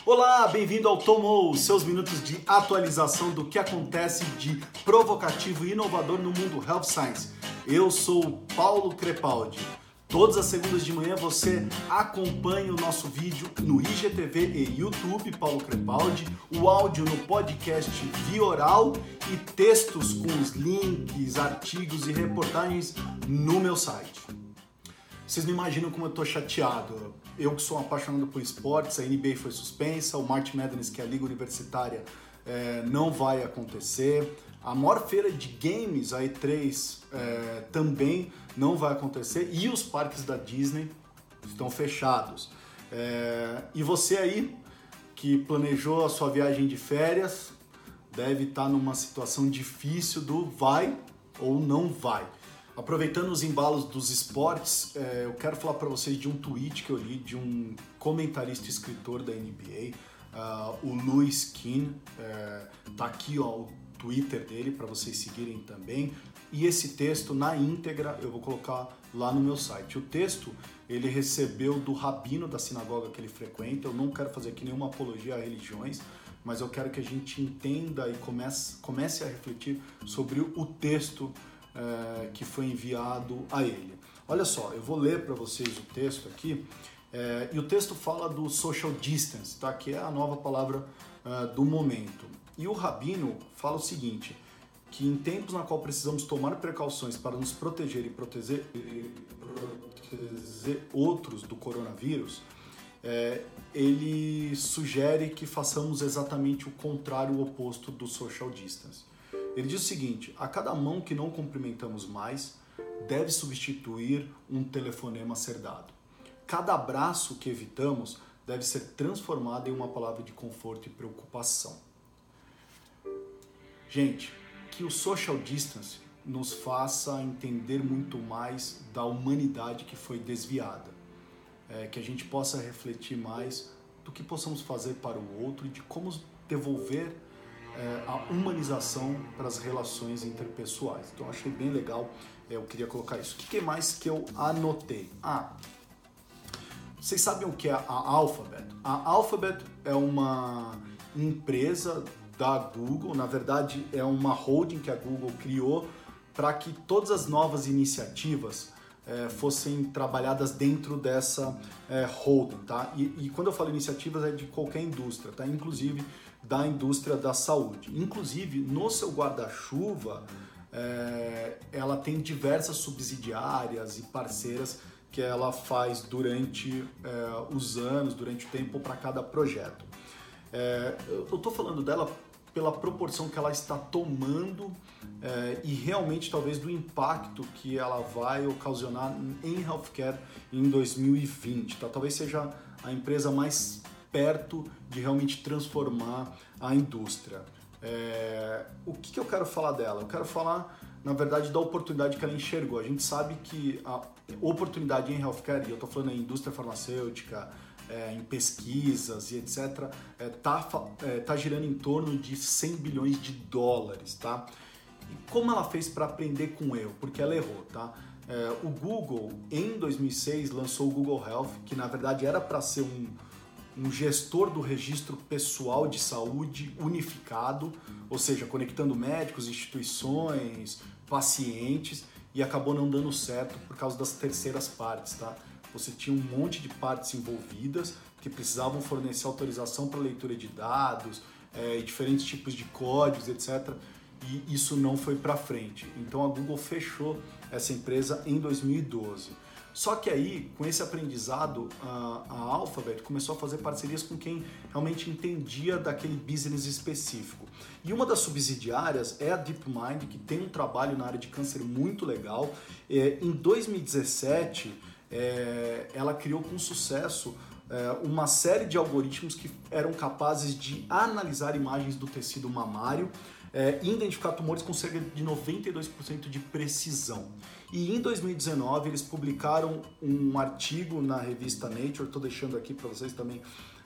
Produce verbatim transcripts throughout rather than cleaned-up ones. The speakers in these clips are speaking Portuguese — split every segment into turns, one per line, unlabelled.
Olá, bem-vindo ao Tomou, seus minutos de atualização do que acontece de provocativo e inovador no mundo Health Science. Eu sou o Paulo Crepaldi. Todas as segundas de manhã você acompanha o nosso vídeo no I G T V e YouTube, Paulo Crepaldi, o áudio no podcast via oral e textos com os links, artigos e reportagens no meu site. Vocês não imaginam como eu tô chateado. Eu que sou um apaixonado por esportes, a N B A foi suspensa, o March Madness, que é a liga universitária, é, não vai acontecer. A maior feira de games, a E três, é, também não vai acontecer. E os parques da Disney estão fechados. É, e você aí, que planejou a sua viagem de férias, deve estar numa situação difícil do vai ou não vai. Aproveitando os embalos dos esportes, é, eu quero falar para vocês de um tweet que eu li de um comentarista e escritor da N B A, uh, o Louis Keane. É, tá aqui ó, o Twitter dele para vocês seguirem também. E esse texto na íntegra eu vou colocar lá no meu site. O texto ele recebeu do rabino da sinagoga que ele frequenta. Eu não quero fazer aqui nenhuma apologia a religiões, mas eu quero que a gente entenda e comece, comece a refletir sobre o texto É, que foi enviado a ele. Olha só, eu vou ler para vocês o texto aqui, é, e o texto fala do social distance, tá? Que é a nova palavra é, do momento. E o rabino fala o seguinte, que em tempos na qual precisamos tomar precauções para nos proteger e proteger, e proteger outros do coronavírus, é, ele sugere que façamos exatamente o contrário, o oposto do social distance. Ele diz o seguinte, a cada mão que não cumprimentamos mais, deve substituir um telefonema a ser dado. Cada abraço que evitamos deve ser transformado em uma palavra de conforto e preocupação. Gente, que o social distance nos faça entender muito mais da humanidade que foi desviada. É, que a gente possa refletir mais do que possamos fazer para o outro e de como devolver É, a humanização para as relações interpessoais. Então eu achei bem legal, é, eu queria colocar isso. O que mais que eu anotei? Ah, vocês sabem o que é a Alphabet? A Alphabet é uma empresa da Google, na verdade é uma holding que a Google criou para que todas as novas iniciativas é, fossem trabalhadas dentro dessa é, holding, tá? E, e quando eu falo iniciativas é de qualquer indústria, tá? Inclusive da indústria da saúde. Inclusive, no seu guarda-chuva, é, ela tem diversas subsidiárias e parceiras que ela faz durante é, os anos, durante o tempo, para cada projeto. É, eu estou falando dela pela proporção que ela está tomando é, e realmente talvez do impacto que ela vai ocasionar em healthcare em dois mil e vinte. Tá? Talvez seja a empresa mais perto de realmente transformar a indústria. É, o que, que eu quero falar dela? Eu quero falar, na verdade, da oportunidade que ela enxergou. A gente sabe que a oportunidade em healthcare, e eu estou falando em indústria farmacêutica, é, em pesquisas e etcétera, está é, tá, é, tá girando em torno de cem bilhões de dólares, tá? E como ela fez para aprender com erro? Porque ela errou, tá? É, o Google, em dois mil e seis, lançou o Google Health, que na verdade era para ser um um gestor do registro pessoal de saúde unificado, ou seja, conectando médicos, instituições, pacientes, e acabou não dando certo por causa das terceiras partes, tá? Você tinha um monte de partes envolvidas que precisavam fornecer autorização para leitura de dados, é, e diferentes tipos de códigos, etcétera. E isso não foi para frente. Então a Google fechou essa empresa em dois mil e doze. Só que aí, com esse aprendizado, a, a Alphabet começou a fazer parcerias com quem realmente entendia daquele business específico. E uma das subsidiárias é a DeepMind, que tem um trabalho na área de câncer muito legal. É, em dois mil e dezessete, é, ela criou com sucesso é, uma série de algoritmos que eram capazes de analisar imagens do tecido mamário É, e identificar tumores com cerca de noventa e dois por cento de precisão. E em dois mil e dezenove eles publicaram um artigo na revista Nature, estou deixando aqui para vocês também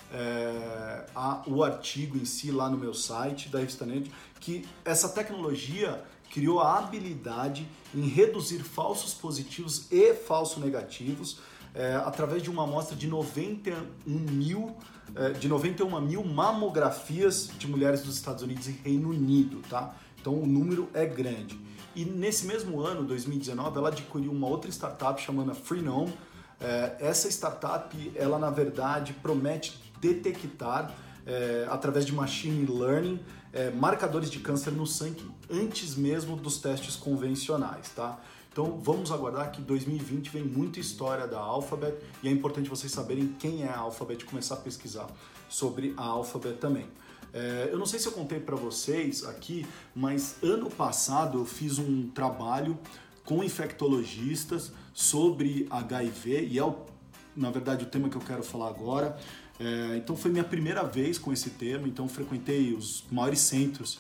é, a, o artigo em si lá no meu site da revista Nature, que essa tecnologia criou a habilidade em reduzir falsos positivos e falsos negativos é, através de uma amostra de noventa e um mil, é, de noventa e uma mil mamografias de mulheres dos Estados Unidos e Reino Unido, tá? Então o número é grande. E nesse mesmo ano, dois mil e dezenove, ela adquiriu uma outra startup chamada Freenome. É, essa startup, ela na verdade promete detectar, é, através de machine learning, é, marcadores de câncer no sangue antes mesmo dos testes convencionais, tá? Então vamos aguardar que dois mil e vinte vem muita história da Alphabet e é importante vocês saberem quem é a Alphabet e começar a pesquisar sobre a Alphabet também. É, eu não sei se eu contei para vocês aqui, mas ano passado eu fiz um trabalho com infectologistas sobre H I V e é, o, na verdade, o tema que eu quero falar agora. É, então foi minha primeira vez com esse tema, então frequentei os maiores centros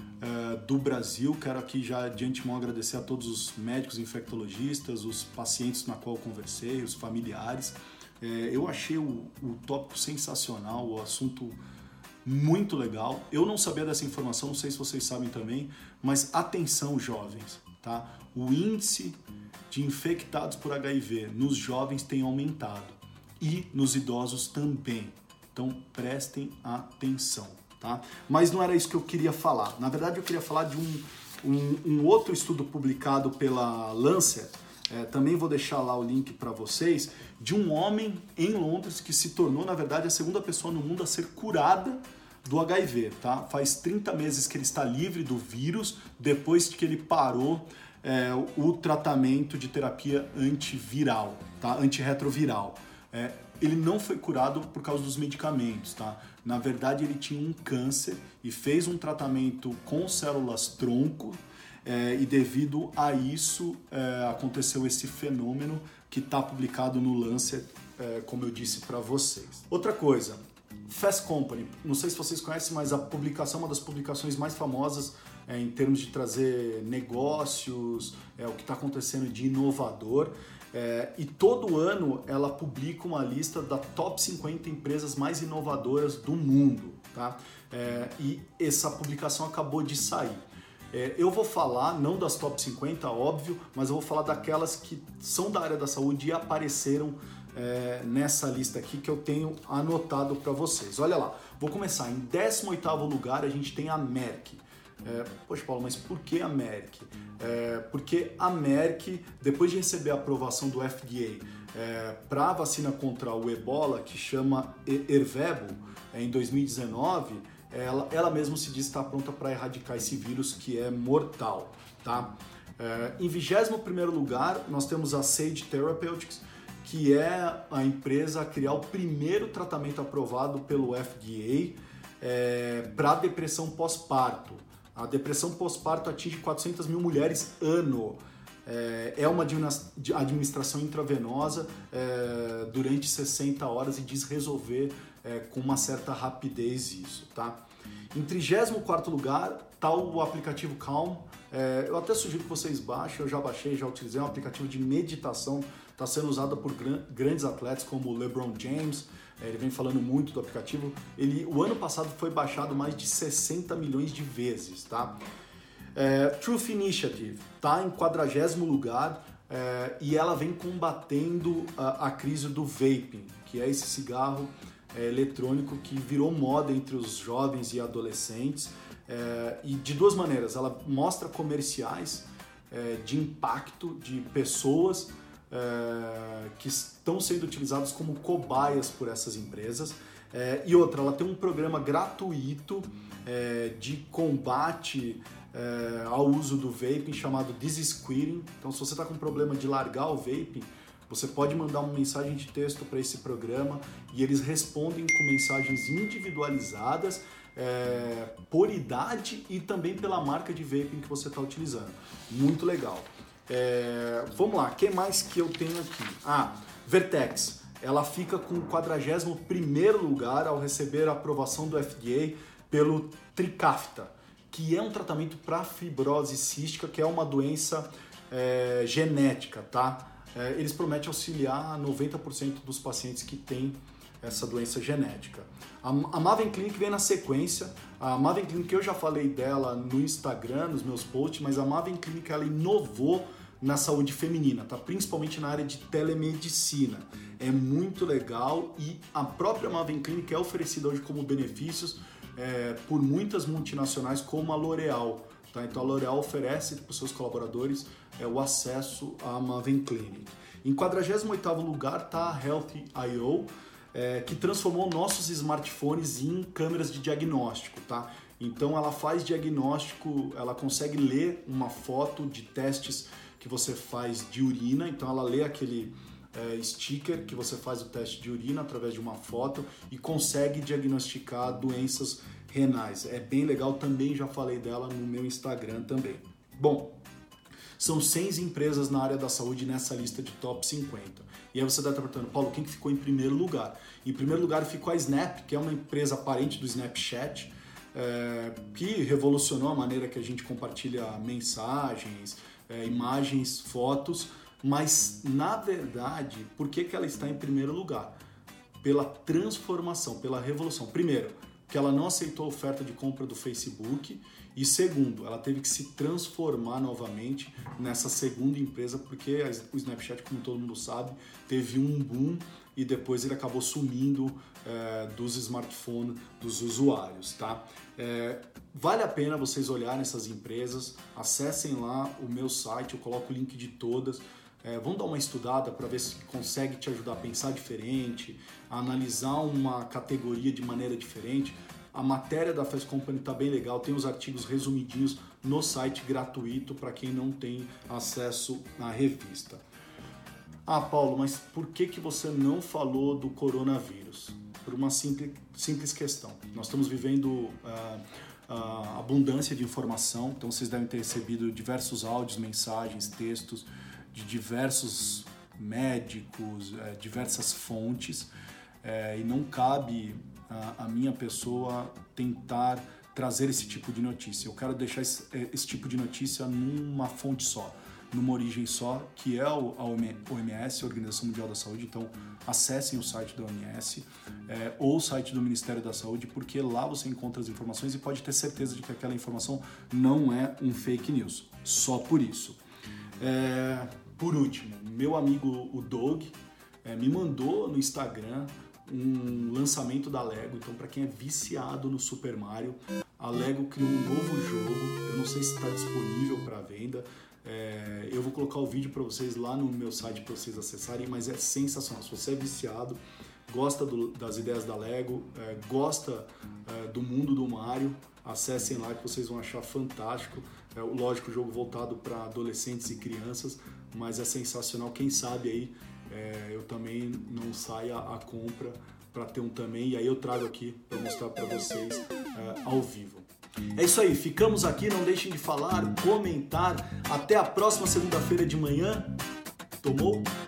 é, do Brasil. Quero aqui já de antemão agradecer a todos os médicos infectologistas, os pacientes na qual eu conversei, os familiares. É, eu achei o, o tópico sensacional, o assunto muito legal. Eu não sabia dessa informação, não sei se vocês sabem também, mas atenção, jovens, tá? O índice de infectados por H I V nos jovens tem aumentado e nos idosos também. Então prestem atenção, tá? Mas não era isso que eu queria falar. Na verdade, eu queria falar de um, um, um outro estudo publicado pela Lancet. É, também vou deixar lá o link para vocês, de um homem em Londres que se tornou, na verdade, a segunda pessoa no mundo a ser curada do H I V, tá? Faz trinta meses que ele está livre do vírus, depois que ele parou é, o tratamento de terapia antiviral, tá? Antirretroviral. É, ele não foi curado por causa dos medicamentos, tá? Na verdade, ele tinha um câncer e fez um tratamento com células tronco, É, e devido a isso é, aconteceu esse fenômeno que está publicado no Lancet, é, como eu disse para vocês. Outra coisa, Fast Company, não sei se vocês conhecem, mas a publicação é uma das publicações mais famosas é, em termos de trazer negócios, é, o que está acontecendo de inovador. É, e todo ano ela publica uma lista das top cinquenta empresas mais inovadoras do mundo, tá? É, e essa publicação acabou de sair. É, eu vou falar, não das top cinquenta, óbvio, mas eu vou falar daquelas que são da área da saúde e apareceram é, nessa lista aqui que eu tenho anotado para vocês. Olha lá, vou começar. Em décimo oitavo lugar a gente tem a Merck. É, Poxa, Paulo, mas por que a Merck? É, porque a Merck, depois de receber a aprovação do F D A é, para a vacina contra o Ebola, que chama Ervebo, é, em dois mil e dezenove, Ela, ela mesma se diz estar pronta para erradicar esse vírus que é mortal, tá? É, em vigésimo primeiro lugar, nós temos a Sage Therapeutics, que é a empresa a criar o primeiro tratamento aprovado pelo F D A é, para depressão pós-parto. A depressão pós-parto atinge quatrocentas mil mulheres ano. É, é uma administração intravenosa é, durante sessenta horas e diz resolver é, com uma certa rapidez isso, tá? Em trigésimo quarto lugar está o aplicativo Calm. É, eu até sugiro que vocês baixem, eu já baixei, já utilizei, é um aplicativo de meditação, está sendo usado por gran, grandes atletas como o LeBron James, é, ele vem falando muito do aplicativo. Ele, o ano passado foi baixado mais de sessenta milhões de vezes, tá? É, Truth Initiative está em quadragésimo lugar é, e ela vem combatendo a, a crise do vaping, que é esse cigarro é, eletrônico que virou moda entre os jovens e adolescentes. É, e de duas maneiras, ela mostra comerciais é, de impacto de pessoas é, que estão sendo utilizadas como cobaias por essas empresas. É, e outra, ela tem um programa gratuito é, de combate É, ao uso do vaping chamado Disease Quitting. Então, se você está com problema de largar o vaping, você pode mandar uma mensagem de texto para esse programa e eles respondem com mensagens individualizadas é, por idade e também pela marca de vaping que você está utilizando. Muito legal. É, vamos lá, o que mais que eu tenho aqui? Ah, Vertex. Ela fica com o quadragésimo primeiro lugar ao receber a aprovação do F D A pelo Trikafta, que é um tratamento para fibrose cística, que é uma doença é, genética, tá? É, eles prometem auxiliar noventa por cento dos pacientes que têm essa doença genética. A, a Maven Clinic vem na sequência. A Maven Clinic, eu já falei dela no Instagram, nos meus posts, mas a Maven Clinic ela inovou na saúde feminina, tá? Principalmente na área de telemedicina. É muito legal e a própria Maven Clinic é oferecida hoje como benefícios é, por muitas multinacionais como a L'Oréal. Tá? Então a L'Oréal oferece para os seus colaboradores é, o acesso à Maven Clinic. Em quadragésimo oitavo lugar está a Healthy ponto i o, é, que transformou nossos smartphones em câmeras de diagnóstico. Tá? Então ela faz diagnóstico, ela consegue ler uma foto de testes que você faz de urina, então ela lê aquele é, sticker que você faz o teste de urina através de uma foto e consegue diagnosticar doenças renais. É bem legal, também já falei dela no meu Instagram também. Bom, são cem empresas na área da saúde nessa lista de top cinquenta. E aí você deve estar perguntando, Paulo, quem que ficou em primeiro lugar? Em primeiro lugar ficou a Snap, que é uma empresa parente do Snapchat, é, que revolucionou a maneira que a gente compartilha mensagens, é, imagens, fotos, mas na verdade, por que que ela está em primeiro lugar? Pela transformação, pela revolução. Primeiro, que ela não aceitou a oferta de compra do Facebook, e segundo, ela teve que se transformar novamente nessa segunda empresa, porque o Snapchat, como todo mundo sabe, teve um boom e depois ele acabou sumindo é, dos smartphones dos usuários, tá? É, vale a pena vocês olharem essas empresas, acessem lá o meu site, eu coloco o link de todas, é, vão dar uma estudada para ver se consegue te ajudar a pensar diferente, a analisar uma categoria de maneira diferente. A matéria da Fast Company está bem legal, tem os artigos resumidinhos no site gratuito para quem não tem acesso à revista. Ah, Paulo, mas por que que você não falou do coronavírus? Por uma simples, simples questão. Nós estamos vivendo uh, uh, abundância de informação, então vocês devem ter recebido diversos áudios, mensagens, textos de diversos médicos, uh, diversas fontes, uh, e não cabe a, a minha pessoa tentar trazer esse tipo de notícia. Eu quero deixar esse, esse tipo de notícia numa fonte só, numa origem só, que é a O M S, a Organização Mundial da Saúde. Então acessem o site da O M S é, ou o site do Ministério da Saúde, porque lá você encontra as informações e pode ter certeza de que aquela informação não é um fake news, só por isso. É, por último, meu amigo o Doug é, me mandou no Instagram um lançamento da Lego. Então, para quem é viciado no Super Mario, a Lego criou um novo jogo. Eu não sei se está disponível para venda. É, eu vou colocar o vídeo para vocês lá no meu site para vocês acessarem, mas é sensacional. Se você é viciado, gosta do, das ideias da Lego, é, gosta é, do mundo do Mario, acessem lá que vocês vão achar fantástico. É, lógico, o jogo voltado para adolescentes e crianças, mas é sensacional. Quem sabe aí é, eu também não saia à compra para ter um também, e aí eu trago aqui para mostrar para vocês é, ao vivo. É isso aí, ficamos aqui, não deixem de falar, comentar. Até a próxima segunda-feira de manhã. Tomou?